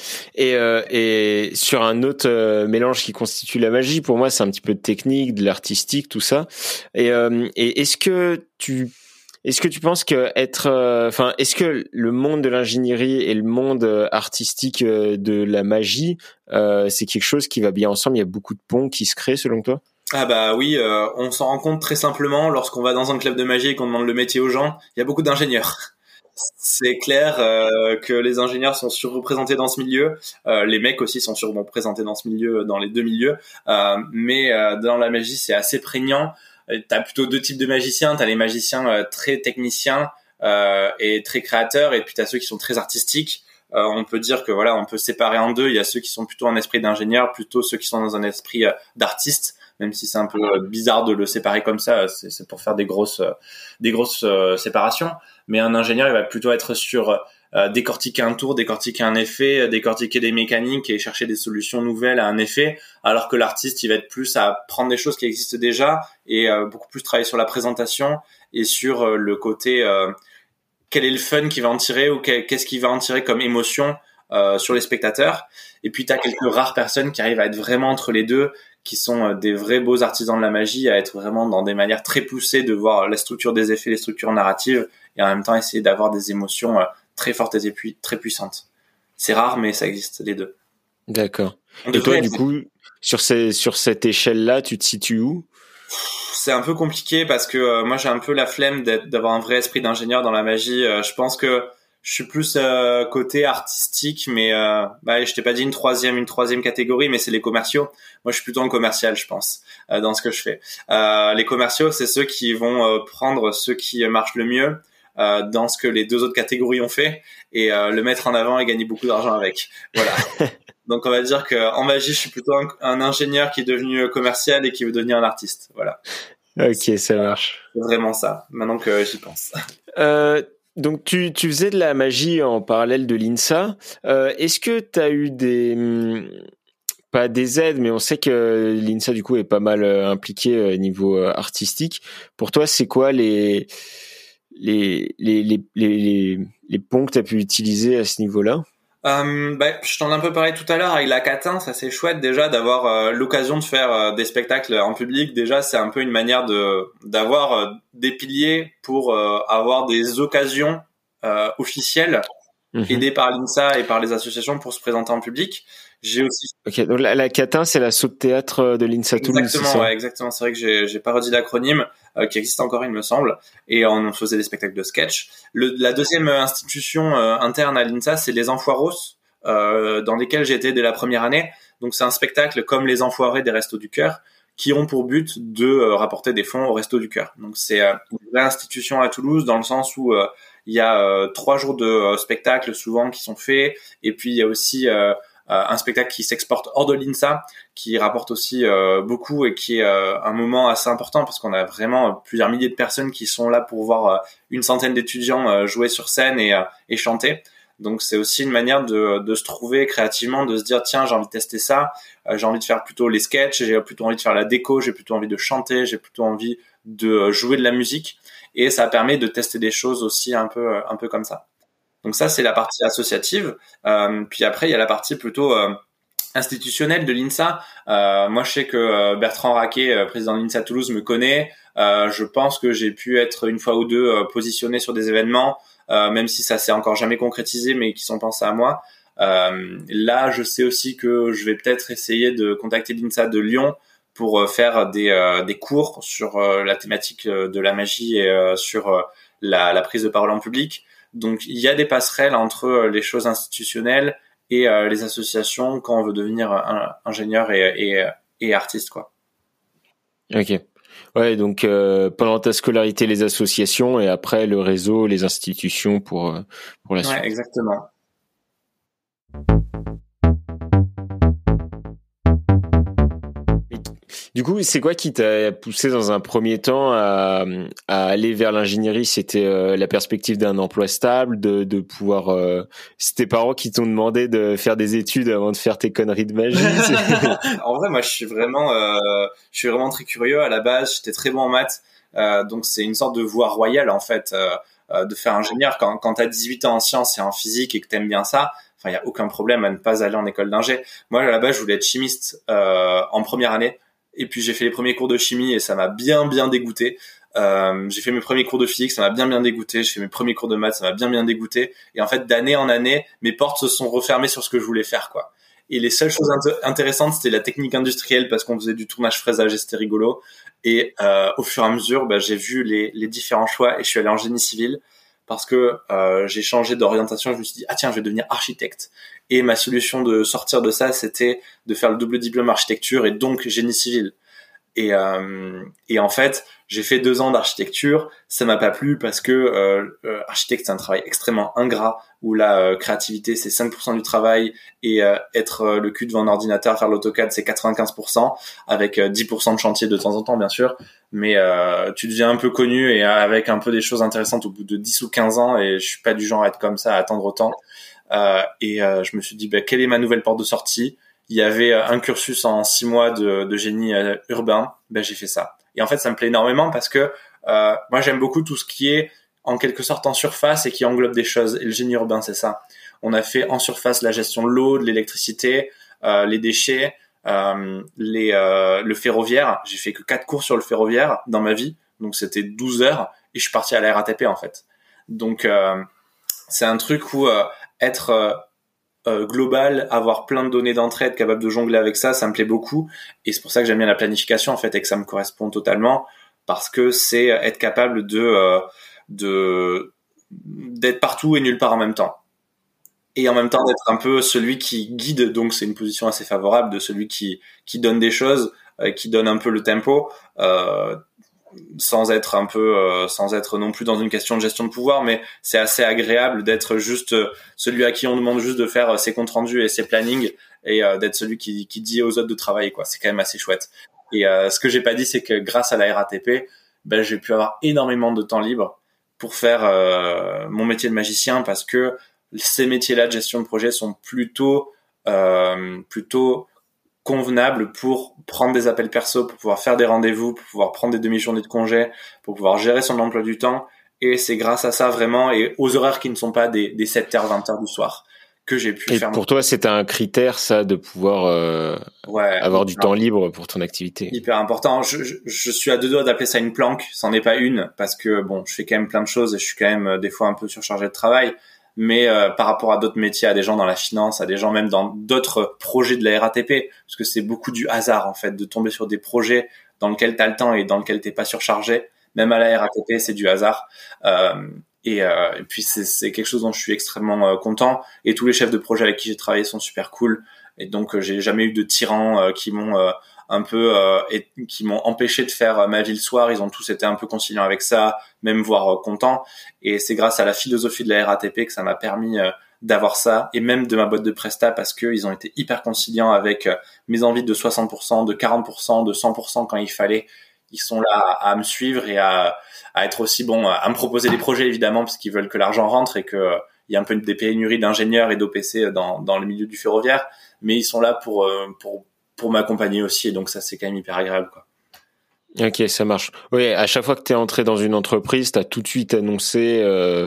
Speaker 1: Et sur un autre mélange qui constitue la magie, pour moi, c'est un petit peu de technique, de l'artistique, tout ça. Et est-ce que tu penses que est-ce que le monde de l'ingénierie et le monde artistique de la magie, c'est quelque chose qui va bien ensemble? Il y a beaucoup de ponts qui se créent, selon toi?
Speaker 3: Ah bah oui, on s'en rend compte très simplement lorsqu'on va dans un club de magie et qu'on demande le métier aux gens. Il y a beaucoup d'ingénieurs. C'est clair que les ingénieurs sont surreprésentés dans ce milieu. Les mecs aussi sont surreprésentés dans ce milieu, dans les deux milieux. Mais dans la magie, c'est assez prégnant. T'as plutôt 2 types de magiciens. T'as les magiciens très techniciens et très créateurs, et puis t'as ceux qui sont très artistiques. On peut dire que voilà, on peut séparer en deux. Il y a ceux qui sont plutôt en esprit d'ingénieur, plutôt ceux qui sont dans un esprit d'artiste. Même si c'est un peu bizarre de le séparer comme ça, c'est pour faire des grosses séparations. Mais un ingénieur, il va plutôt être sur décortiquer un tour, décortiquer un effet, décortiquer des mécaniques et chercher des solutions nouvelles à un effet, alors que l'artiste, il va être plus à prendre des choses qui existent déjà et beaucoup plus travailler sur la présentation et sur le côté quel est le fun qu'il va en tirer ou qu'est-ce qu'il va en tirer comme émotion sur les spectateurs. Et puis t'as quelques rares personnes qui arrivent à être vraiment entre les deux, qui sont des vrais beaux artisans de la magie, à être vraiment dans des manières très poussées de voir la structure des effets, les structures narratives, et en même temps essayer d'avoir des émotions très fortes et très puissantes. C'est rare, mais ça existe, les deux.
Speaker 1: D'accord. Et toi, du coup, sur cette échelle-là, tu te situes où?
Speaker 3: C'est un peu compliqué parce que moi, j'ai un peu la flemme d'avoir un vrai esprit d'ingénieur dans la magie. Je pense que je suis plus côté artistique, mais je t'ai pas dit une troisième catégorie, mais c'est les commerciaux. Moi, je suis plutôt un commercial, je pense, dans ce que je fais. Les commerciaux, c'est ceux qui vont prendre ce qui marche le mieux dans ce que les 2 autres catégories ont fait et le mettre en avant et gagner beaucoup d'argent avec. Voilà. Donc, on va dire que en magie, je suis plutôt un ingénieur qui est devenu commercial et qui veut devenir un artiste. Voilà.
Speaker 1: Ok, ça marche.
Speaker 3: C'est vraiment ça. Maintenant que j'y pense.
Speaker 1: Donc tu faisais de la magie en parallèle de l'INSA. Est-ce que tu as eu pas des aides, mais on sait que l'INSA du coup est pas mal impliqué niveau artistique. Pour toi, c'est quoi les ponts que tu as pu utiliser à ce niveau-là?
Speaker 3: Je t'en ai un peu parlé tout à l'heure avec la Catin. Ça, c'est chouette déjà d'avoir l'occasion de faire des spectacles en public. Déjà, c'est un peu une manière d'avoir des piliers pour avoir des occasions officielles aidées par l'INSA et par les associations pour se présenter en public. J'ai aussi.
Speaker 1: Ok, donc la Catin, c'est l'assaut de théâtre de l'INSA Toulouse.
Speaker 3: Exactement, ouais, exactement. C'est vrai que j'ai pas redit l'acronyme qui existe encore, il me semble, et on faisait des spectacles de sketch. La deuxième institution interne à l'INSA, c'est les Enfoiros, dans lesquels j'ai été dès la première année. Donc c'est un spectacle comme les Enfoirés des Restos du Cœur, qui ont pour but de rapporter des fonds aux Restos du Cœur. Donc c'est une vraie institution à Toulouse dans le sens où il y a 3 jours de spectacles souvent qui sont faits, et puis il y a aussi un spectacle qui s'exporte hors de l'INSA, qui rapporte aussi beaucoup et qui est un moment assez important parce qu'on a vraiment plusieurs milliers de personnes qui sont là pour voir une centaine d'étudiants jouer sur scène et chanter. Donc c'est aussi une manière de se trouver créativement, de se dire tiens, j'ai envie de tester ça, j'ai envie de faire plutôt les sketchs, j'ai plutôt envie de faire la déco, j'ai plutôt envie de chanter, j'ai plutôt envie de jouer de la musique, et ça permet de tester des choses aussi un peu comme ça. Donc ça, c'est la partie associative. Puis après, il y a la partie plutôt institutionnelle de l'INSA. Moi, je sais que Bertrand Raquet, président de l'INSA Toulouse, me connaît. Je pense que j'ai pu être une fois ou deux positionné sur des événements, même si ça s'est encore jamais concrétisé, mais qui sont pensés à moi. Là, je sais aussi que je vais peut-être essayer de contacter l'INSA de Lyon pour faire des cours sur la thématique de la magie et sur la prise de parole en public. Donc, il y a des passerelles entre les choses institutionnelles et les associations quand on veut devenir ingénieur et artiste, quoi.
Speaker 1: Ok. Ouais, donc pendant ta scolarité, les associations, et après le réseau, les institutions pour la suite.
Speaker 3: Ouais, exactement.
Speaker 1: Du coup, c'est quoi qui t'a poussé dans un premier temps à aller vers l'ingénierie? C'était la perspective d'un emploi stable, de pouvoir. C'est tes parents qui t'ont demandé de faire des études avant de faire tes conneries de magie?
Speaker 3: En vrai, moi, je suis vraiment très curieux. À la base, j'étais très bon en maths, donc c'est une sorte de voie royale en fait, de faire ingénieur. Quand t'as 18 ans en sciences et en physique et que t'aimes bien ça, enfin, il y a aucun problème à ne pas aller en école d'ingé. Moi, à la base, je voulais être chimiste en première année. Et puis j'ai fait les premiers cours de chimie et ça m'a bien dégoûté. J'ai fait mes premiers cours de physique, ça m'a bien dégoûté. J'ai fait mes premiers cours de maths, ça m'a bien dégoûté. Et en fait, d'année en année, mes portes se sont refermées sur ce que je voulais faire, quoi. Et les seules choses intéressantes, c'était la technique industrielle parce qu'on faisait du tournage fraisage et c'était rigolo. Et au fur et à mesure, j'ai vu les différents choix et je suis allé en génie civil parce que j'ai changé d'orientation. Je me suis dit, ah tiens, je vais devenir architecte. Et ma solution de sortir de ça, c'était de faire le double diplôme architecture et donc génie civil. Et en fait, j'ai fait 2 ans d'architecture. Ça m'a pas plu parce que architecte, c'est un travail extrêmement ingrat où la créativité, c'est 5% du travail et être le cul devant un ordinateur, faire l'AutoCAD, c'est 95% avec 10% de chantier de temps en temps, bien sûr. Mais tu deviens un peu connu et avec un peu des choses intéressantes au bout de 10 ou 15 ans et je suis pas du genre à être comme ça, à attendre autant. Je me suis dit, quelle est ma nouvelle porte de sortie? Il y avait un cursus en 6 mois de génie urbain. J'ai fait ça. Et en fait, ça me plaît énormément parce que moi, j'aime beaucoup tout ce qui est en quelque sorte en surface et qui englobe des choses. Et le génie urbain, c'est ça. On a fait en surface la gestion de l'eau, de l'électricité, les déchets, le ferroviaire. J'ai fait que 4 cours sur le ferroviaire dans ma vie. Donc, c'était 12 heures et je suis parti à la RATP, en fait. Donc, c'est un truc où être global, avoir plein de données d'entrée, être capable de jongler avec ça, ça me plaît beaucoup. Et c'est pour ça que j'aime bien la planification, en fait, et que ça me correspond totalement, parce que c'est être capable d'être partout et nulle part en même temps. Et en même temps d'être un peu celui qui guide, donc c'est une position assez favorable de celui qui donne des choses, qui donne un peu le tempo, sans être non plus dans une question de gestion de pouvoir, mais c'est assez agréable d'être juste celui à qui on demande juste de faire ses comptes rendus et ses plannings et d'être celui qui dit aux autres de travailler, quoi. C'est quand même assez chouette. Et ce que j'ai pas dit, c'est que grâce à la RATP, j'ai pu avoir énormément de temps libre pour faire mon métier de magicien, parce que ces métiers-là de gestion de projet sont plutôt convenable pour prendre des appels perso, pour pouvoir faire des rendez-vous, pour pouvoir prendre des demi-journées de congé, pour pouvoir gérer son emploi du temps. Et c'est grâce à ça vraiment, et aux horaires qui ne sont pas des 7h, 20h du soir, que j'ai pu faire.
Speaker 1: Et pour toi, c'est un critère, ça, de pouvoir avoir du temps libre pour ton activité?
Speaker 3: Hyper important. Je suis à 2 doigts d'appeler ça une planque. C'en est pas une, parce que bon, je fais quand même plein de choses et je suis quand même des fois un peu surchargé de travail. Mais par rapport à d'autres métiers, à des gens dans la finance, à des gens même dans d'autres projets de la RATP, parce que c'est beaucoup du hasard, en fait, de tomber sur des projets dans lesquels t'as le temps et dans lesquels t'es pas surchargé. Même à la RATP, c'est du hasard. Et puis c'est quelque chose dont je suis extrêmement content. Et tous les chefs de projet avec qui j'ai travaillé sont super cool. Et donc j'ai jamais eu de tyrans qui m'ont qui m'ont empêché de faire ma vie le soir. Ils ont tous été un peu conciliants avec ça, même voire contents. Et c'est grâce à la philosophie de la RATP que ça m'a permis d'avoir ça, et même de ma boîte de presta, parce que ils ont été hyper conciliants avec mes envies de 60%, de 40%, de 100% quand il fallait. Ils sont là à me suivre et à être aussi bons, à me proposer des projets, évidemment, parce qu'ils veulent que l'argent rentre et que il y a un peu des pénuries d'ingénieurs et d'OPC dans le milieu du ferroviaire, mais ils sont là pour m'accompagner aussi, et donc ça, c'est quand même hyper agréable, quoi.
Speaker 1: Ok, ça marche. Oui, à chaque fois que tu es entré dans une entreprise, tu as tout de suite annoncé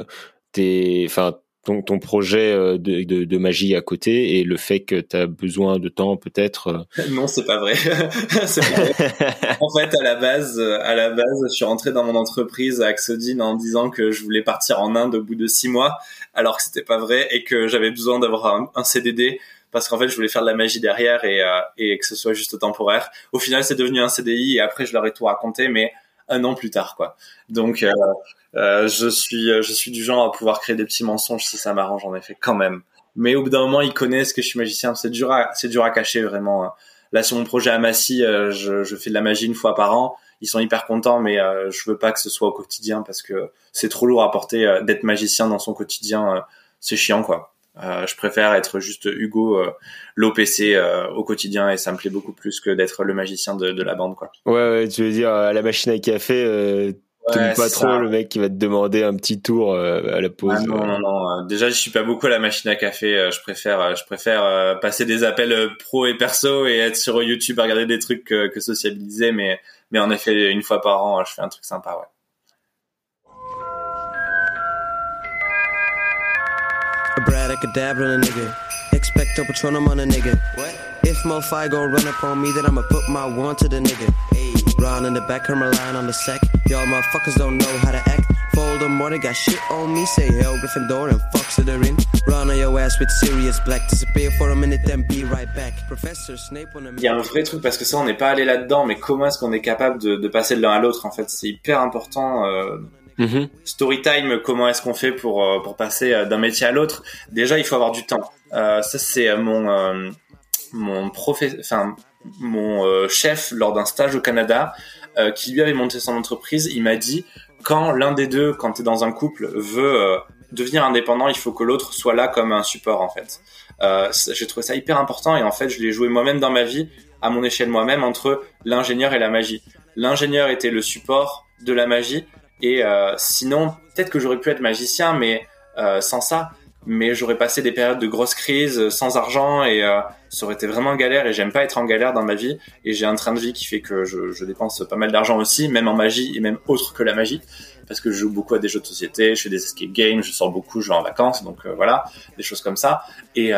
Speaker 1: ton projet de magie à côté, et le fait que tu as besoin de temps, peut-être.
Speaker 3: Non, c'est pas vrai. C'est pas vrai. En fait, à la base, je suis rentré dans mon entreprise à Axodine en disant que je voulais partir en Inde au bout de 6 mois, alors que c'était pas vrai et que j'avais besoin d'avoir un CDD. Parce qu'en fait, je voulais faire de la magie derrière et que ce soit juste temporaire. Au final, c'est devenu un CDI et après, je leur ai tout raconté, mais 1 an plus tard, quoi. Donc, je suis du genre à pouvoir créer des petits mensonges si ça m'arrange, en effet, quand même. Mais au bout d'un moment, ils connaissent que je suis magicien. C'est dur à cacher, vraiment. Là, sur mon projet à Massy, je fais de la magie 1 fois par an. Ils sont hyper contents, mais je veux pas que ce soit au quotidien parce que c'est trop lourd à porter d'être magicien dans son quotidien. C'est chiant, quoi. Je préfère être juste Hugo, l'OPC au quotidien, et ça me plaît beaucoup plus que d'être le magicien de la bande, quoi.
Speaker 1: Ouais, tu veux dire à la machine à café, t'aimes pas trop le mec qui va te demander un petit tour à la pause.
Speaker 3: Ah non. Déjà, je suis pas beaucoup à la machine à café. Je préfère passer des appels pro et perso et être sur YouTube à regarder des trucs que sociabiliser. Mais en effet, une fois par an, je fais un truc sympa, ouais.
Speaker 4: Abracadabra on a nigga. Expecto Patronum on a nigga. What? If Mo-Fi gon' run up on me, then I'ma put my one to the nigga. Hey. Round in the back, her line on the sack. Y'all motherfuckers don't know how to act. Fold them more, they got shit on me. Say hell, Gryffindor and fuck Slytherin. Run on your ass with Sirius Black. Disappear for a minute, then be right back. Professor Snape on a...
Speaker 3: Il y a un vrai truc, parce que ça, on n'est pas allé là-dedans, mais comment est-ce qu'on est capable de passer de l'un à l'autre, en fait? C'est hyper important. Storytime, comment est-ce qu'on fait pour passer d'un métier à l'autre? Déjà, il faut avoir du temps. Ça, c'est mon chef lors d'un stage au Canada, qui lui avait monté son entreprise. Il m'a dit, quand l'un des deux, quand t'es dans un couple, veut devenir indépendant, il faut que l'autre soit là comme un support, en fait. J'ai trouvé ça hyper important, et en fait, je l'ai joué moi-même dans ma vie, à mon échelle moi-même, entre l'ingénieur et la magie. L'ingénieur était le support de la magie, et sinon, peut-être que j'aurais pu être magicien, mais sans ça. Mais j'aurais passé des périodes de grosses crises, sans argent, et ça aurait été vraiment galère, et j'aime pas être en galère dans ma vie, et j'ai un train de vie qui fait que je dépense pas mal d'argent aussi, même en magie, et même autre que la magie, parce que je joue beaucoup à des jeux de société, je fais des escape games, je sors beaucoup, je vais en vacances, donc voilà, des choses comme ça. Et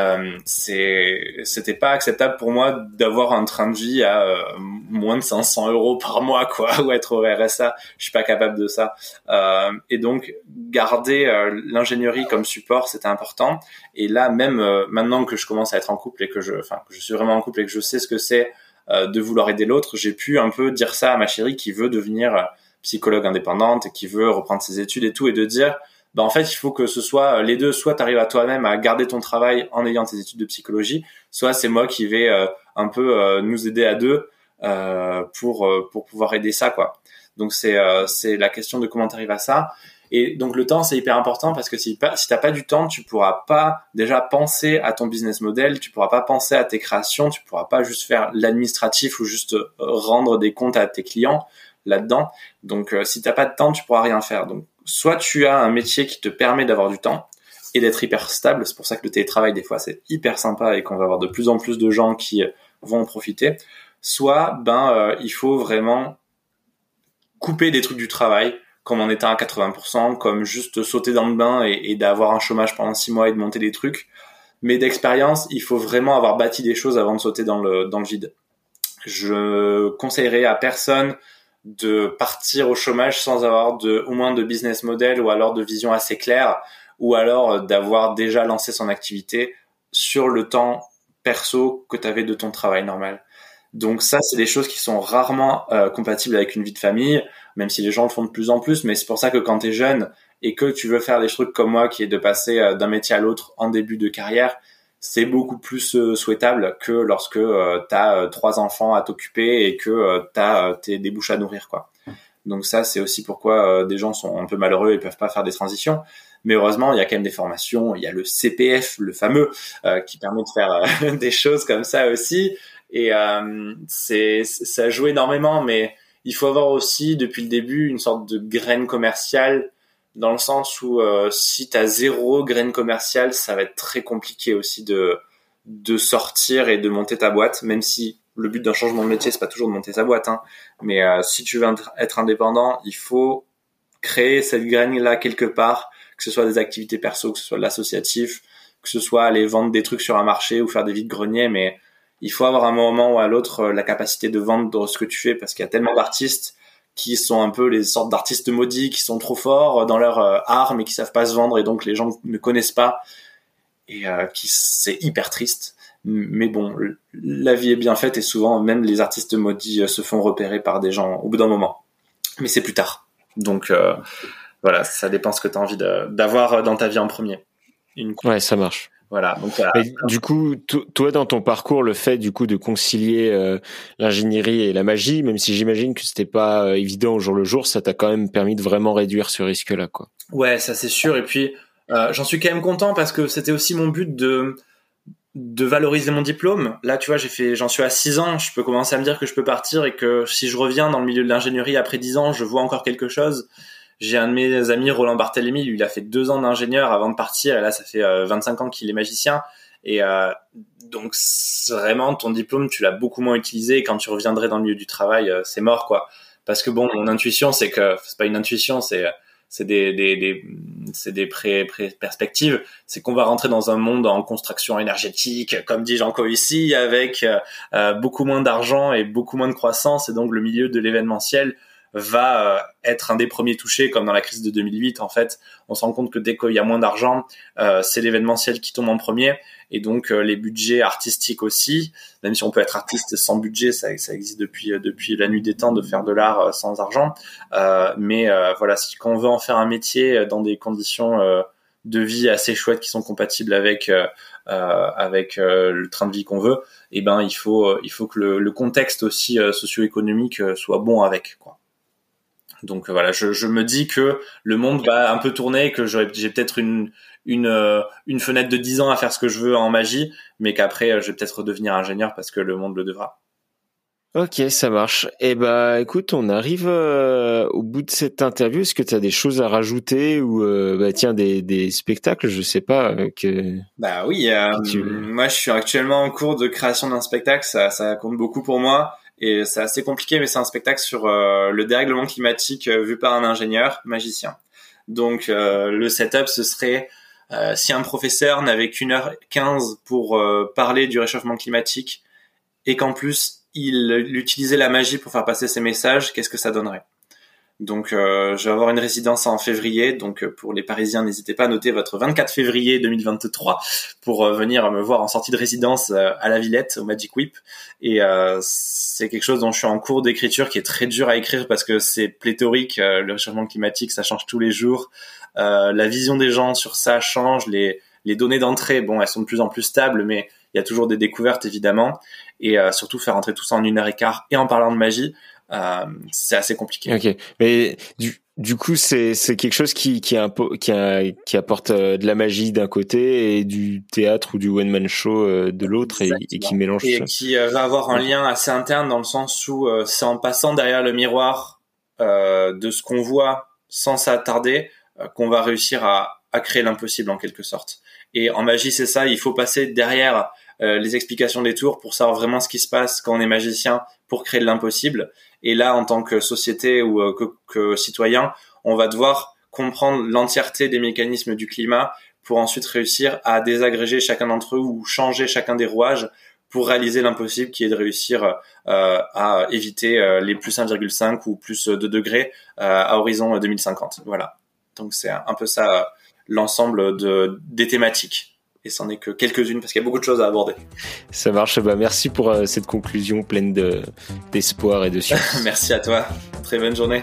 Speaker 3: c'était pas acceptable pour moi d'avoir un train de vie à moins de 500 € par mois, quoi, ou être au RSA. Je suis pas capable de ça. Et donc garder l'ingénierie comme support, c'était important. Et là, même maintenant que je commence à être en couple et que je suis vraiment en couple et que je sais ce que c'est de vouloir aider l'autre, j'ai pu un peu dire ça à ma chérie qui veut devenir psychologue indépendante et qui veut reprendre ses études et tout, et de dire, en fait, il faut que ce soit les deux, soit t'arrives à toi-même à garder ton travail en ayant tes études de psychologie, soit c'est moi qui vais un peu nous aider à deux pour pouvoir aider ça, quoi. Donc c'est la question de comment t'arrives à ça. Et donc le temps, c'est hyper important, parce que si t'as pas du temps, tu pourras pas déjà penser à ton business model, tu pourras pas penser à tes créations, tu pourras pas juste faire l'administratif ou juste rendre des comptes à tes clients là-dedans. Donc si t'as pas de temps, tu pourras rien faire. Donc soit tu as un métier qui te permet d'avoir du temps et d'être hyper stable, c'est pour ça que le télétravail des fois c'est hyper sympa et qu'on va avoir de plus en plus de gens qui vont en profiter. Soit il faut vraiment couper des trucs du travail, comme en étant à 80%, comme juste sauter dans le bain et d'avoir un chômage pendant 6 mois et de monter des trucs. Mais d'expérience, il faut vraiment avoir bâti des choses avant de sauter dans le vide. Je conseillerais à personne de partir au chômage sans avoir au moins de business model, ou alors de vision assez claire, ou alors d'avoir déjà lancé son activité sur le temps perso que tu avais de ton travail normal. Donc ça, c'est des choses qui sont rarement compatibles avec une vie de famille, même si les gens le font de plus en plus. Mais c'est pour ça que quand tu es jeune et que tu veux faire des trucs comme moi, qui est de passer d'un métier à l'autre en début de carrière, c'est beaucoup plus souhaitable que lorsque t'as 3 enfants à t'occuper et que t'as des bouches à nourrir, quoi. Donc ça, c'est aussi pourquoi des gens sont un peu malheureux et peuvent pas faire des transitions. Mais heureusement, il y a quand même des formations. Il y a le CPF, le fameux, qui permet de faire des choses comme ça aussi. Et ça joue énormément, mais il faut avoir aussi depuis le début une sorte de graine commerciale, dans le sens où si t'as 0 graine commerciale, ça va être très compliqué aussi de sortir et de monter ta boîte, même si le but d'un changement de métier, c'est pas toujours de monter sa boîte, hein. Mais si tu veux être indépendant, il faut créer cette graine-là quelque part, que ce soit des activités perso, que ce soit de l'associatif, que ce soit aller vendre des trucs sur un marché ou faire des vides-greniers, mais il faut avoir à un moment ou à l'autre la capacité de vendre ce que tu fais, parce qu'il y a tellement d'artistes qui sont un peu les sortes d'artistes maudits, qui sont trop forts dans leur art, mais qui savent pas se vendre, et donc les gens ne connaissent pas, et c'est hyper triste. Mais bon, la vie est bien faite, et souvent même les artistes maudits se font repérer par des gens au bout d'un moment. Mais c'est plus tard. Donc voilà, ça dépend ce que tu as envie d'avoir dans ta vie en premier.
Speaker 1: Ouais, ça marche.
Speaker 3: Voilà. Donc,
Speaker 1: du coup, toi, dans ton parcours, le fait du coup de concilier l'ingénierie et la magie, même si j'imagine que c'était pas évident au jour le jour, ça t'a quand même permis de vraiment réduire ce risque-là, quoi.
Speaker 3: Ouais, ça c'est sûr. Et puis J'en suis quand même content parce que c'était aussi mon but de valoriser mon diplôme. Là, tu vois, j'en suis à 6 ans, je peux commencer à me dire que je peux partir et que si je reviens dans le milieu de l'ingénierie après 10 ans, je vois encore quelque chose. J'ai un de mes amis, Roland Barthélemy, lui, il a fait 2 ans d'ingénieur avant de partir et là, ça fait 25 ans qu'il est magicien. Et donc, vraiment, ton diplôme, tu l'as beaucoup moins utilisé et quand tu reviendrais dans le milieu du travail, c'est mort, quoi. Parce que bon, mon intuition, c'est pas une intuition, c'est des perspectives, c'est qu'on va rentrer dans un monde en construction énergétique, comme dit Jean Covici, avec beaucoup moins d'argent et beaucoup moins de croissance, et donc le milieu de l'événementiel va être un des premiers touchés, comme dans la crise de 2008. En fait, on se rend compte que dès qu'il y a moins d'argent, c'est l'événementiel qui tombe en premier, et donc les budgets artistiques aussi, même si on peut être artiste sans budget, ça existe depuis la nuit des temps de faire de l'art sans argent, mais voilà, quand on veut en faire un métier dans des conditions de vie assez chouettes qui sont compatibles avec le train de vie qu'on veut, et ben il faut que le contexte aussi socio-économique soit bon avec, quoi. Donc voilà, je me dis que le monde va un peu tourner, que j'ai peut-être une fenêtre de 10 ans à faire ce que je veux en magie, mais qu'après je vais peut-être redevenir ingénieur parce que le monde le devra.
Speaker 1: Ok, ça marche. Et bah écoute, on arrive au bout de cette interview. Est-ce que tu as des choses à rajouter ou des spectacles, je sais pas que.
Speaker 3: Bah oui, moi je suis actuellement en cours de création d'un spectacle, ça compte beaucoup pour moi. Et c'est assez compliqué, mais c'est un spectacle sur le dérèglement climatique vu par un ingénieur magicien. Donc le setup, ce serait si un professeur n'avait qu'1h15 pour parler du réchauffement climatique et qu'en plus il utilisait la magie pour faire passer ses messages, qu'est-ce que ça donnerait ? Donc je vais avoir une résidence en février, donc pour les Parisiens, n'hésitez pas à noter votre 24 février 2023 pour venir me voir en sortie de résidence à la Villette, au Magic Whip. Et c'est quelque chose dont je suis en cours d'écriture qui est très dur à écrire parce que c'est pléthorique, le réchauffement climatique, ça change tous les jours. La vision des gens sur ça change, les données d'entrée, bon, elles sont de plus en plus stables, mais il y a toujours des découvertes évidemment. Et surtout faire entrer tout ça en 1h15 et en parlant de magie, c'est assez compliqué.
Speaker 1: Ok, mais du coup c'est quelque chose qui apporte de la magie d'un côté et du théâtre ou du one man show de l'autre et qui mélange
Speaker 3: et
Speaker 1: ça.
Speaker 3: Qui va avoir un lien assez interne dans le sens où c'est en passant derrière le miroir de ce qu'on voit sans s'attarder qu'on va réussir à créer l'impossible en quelque sorte. Et en magie c'est ça, il faut passer derrière les explications des tours pour savoir vraiment ce qui se passe quand on est magicien pour créer de l'impossible. Et là, en tant que société ou que citoyen, on va devoir comprendre l'entièreté des mécanismes du climat pour ensuite réussir à désagréger chacun d'entre eux ou changer chacun des rouages pour réaliser l'impossible qui est de réussir à éviter les plus 1,5 ou plus 2 degrés à horizon 2050. Voilà. Donc c'est un peu ça l'ensemble des thématiques. Et c'en est que quelques-unes parce qu'il y a beaucoup de choses à aborder.
Speaker 1: Ça marche. Bah, merci pour cette conclusion pleine d'espoir et de science.
Speaker 3: Merci à toi. Très bonne journée.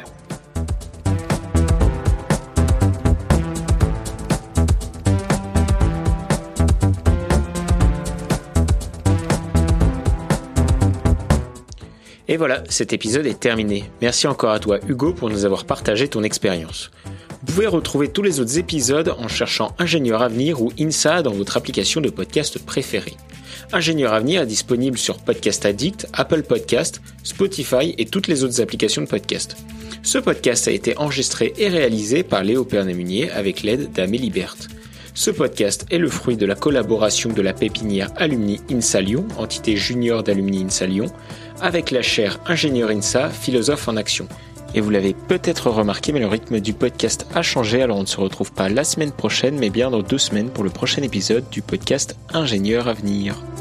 Speaker 1: Et voilà, cet épisode est terminé. Merci encore à toi, Hugo, pour nous avoir partagé ton expérience. Vous pouvez retrouver tous les autres épisodes en cherchant Ingénieur Avenir ou INSA dans votre application de podcast préférée. Ingénieur Avenir est disponible sur Podcast Addict, Apple Podcast, Spotify et toutes les autres applications de podcast. Ce podcast a été enregistré et réalisé par Léo Pernemunier avec l'aide d'Amélie Berthe. Ce podcast est le fruit de la collaboration de la pépinière Alumni INSA Lyon, entité junior d'Alumni INSA Lyon, avec la chaire Ingénieur INSA, philosophe en action. Et vous l'avez peut-être remarqué, mais le rythme du podcast a changé, alors on ne se retrouve pas la semaine prochaine, mais bien dans 2 semaines pour le prochain épisode du podcast Ingénieur Avenir.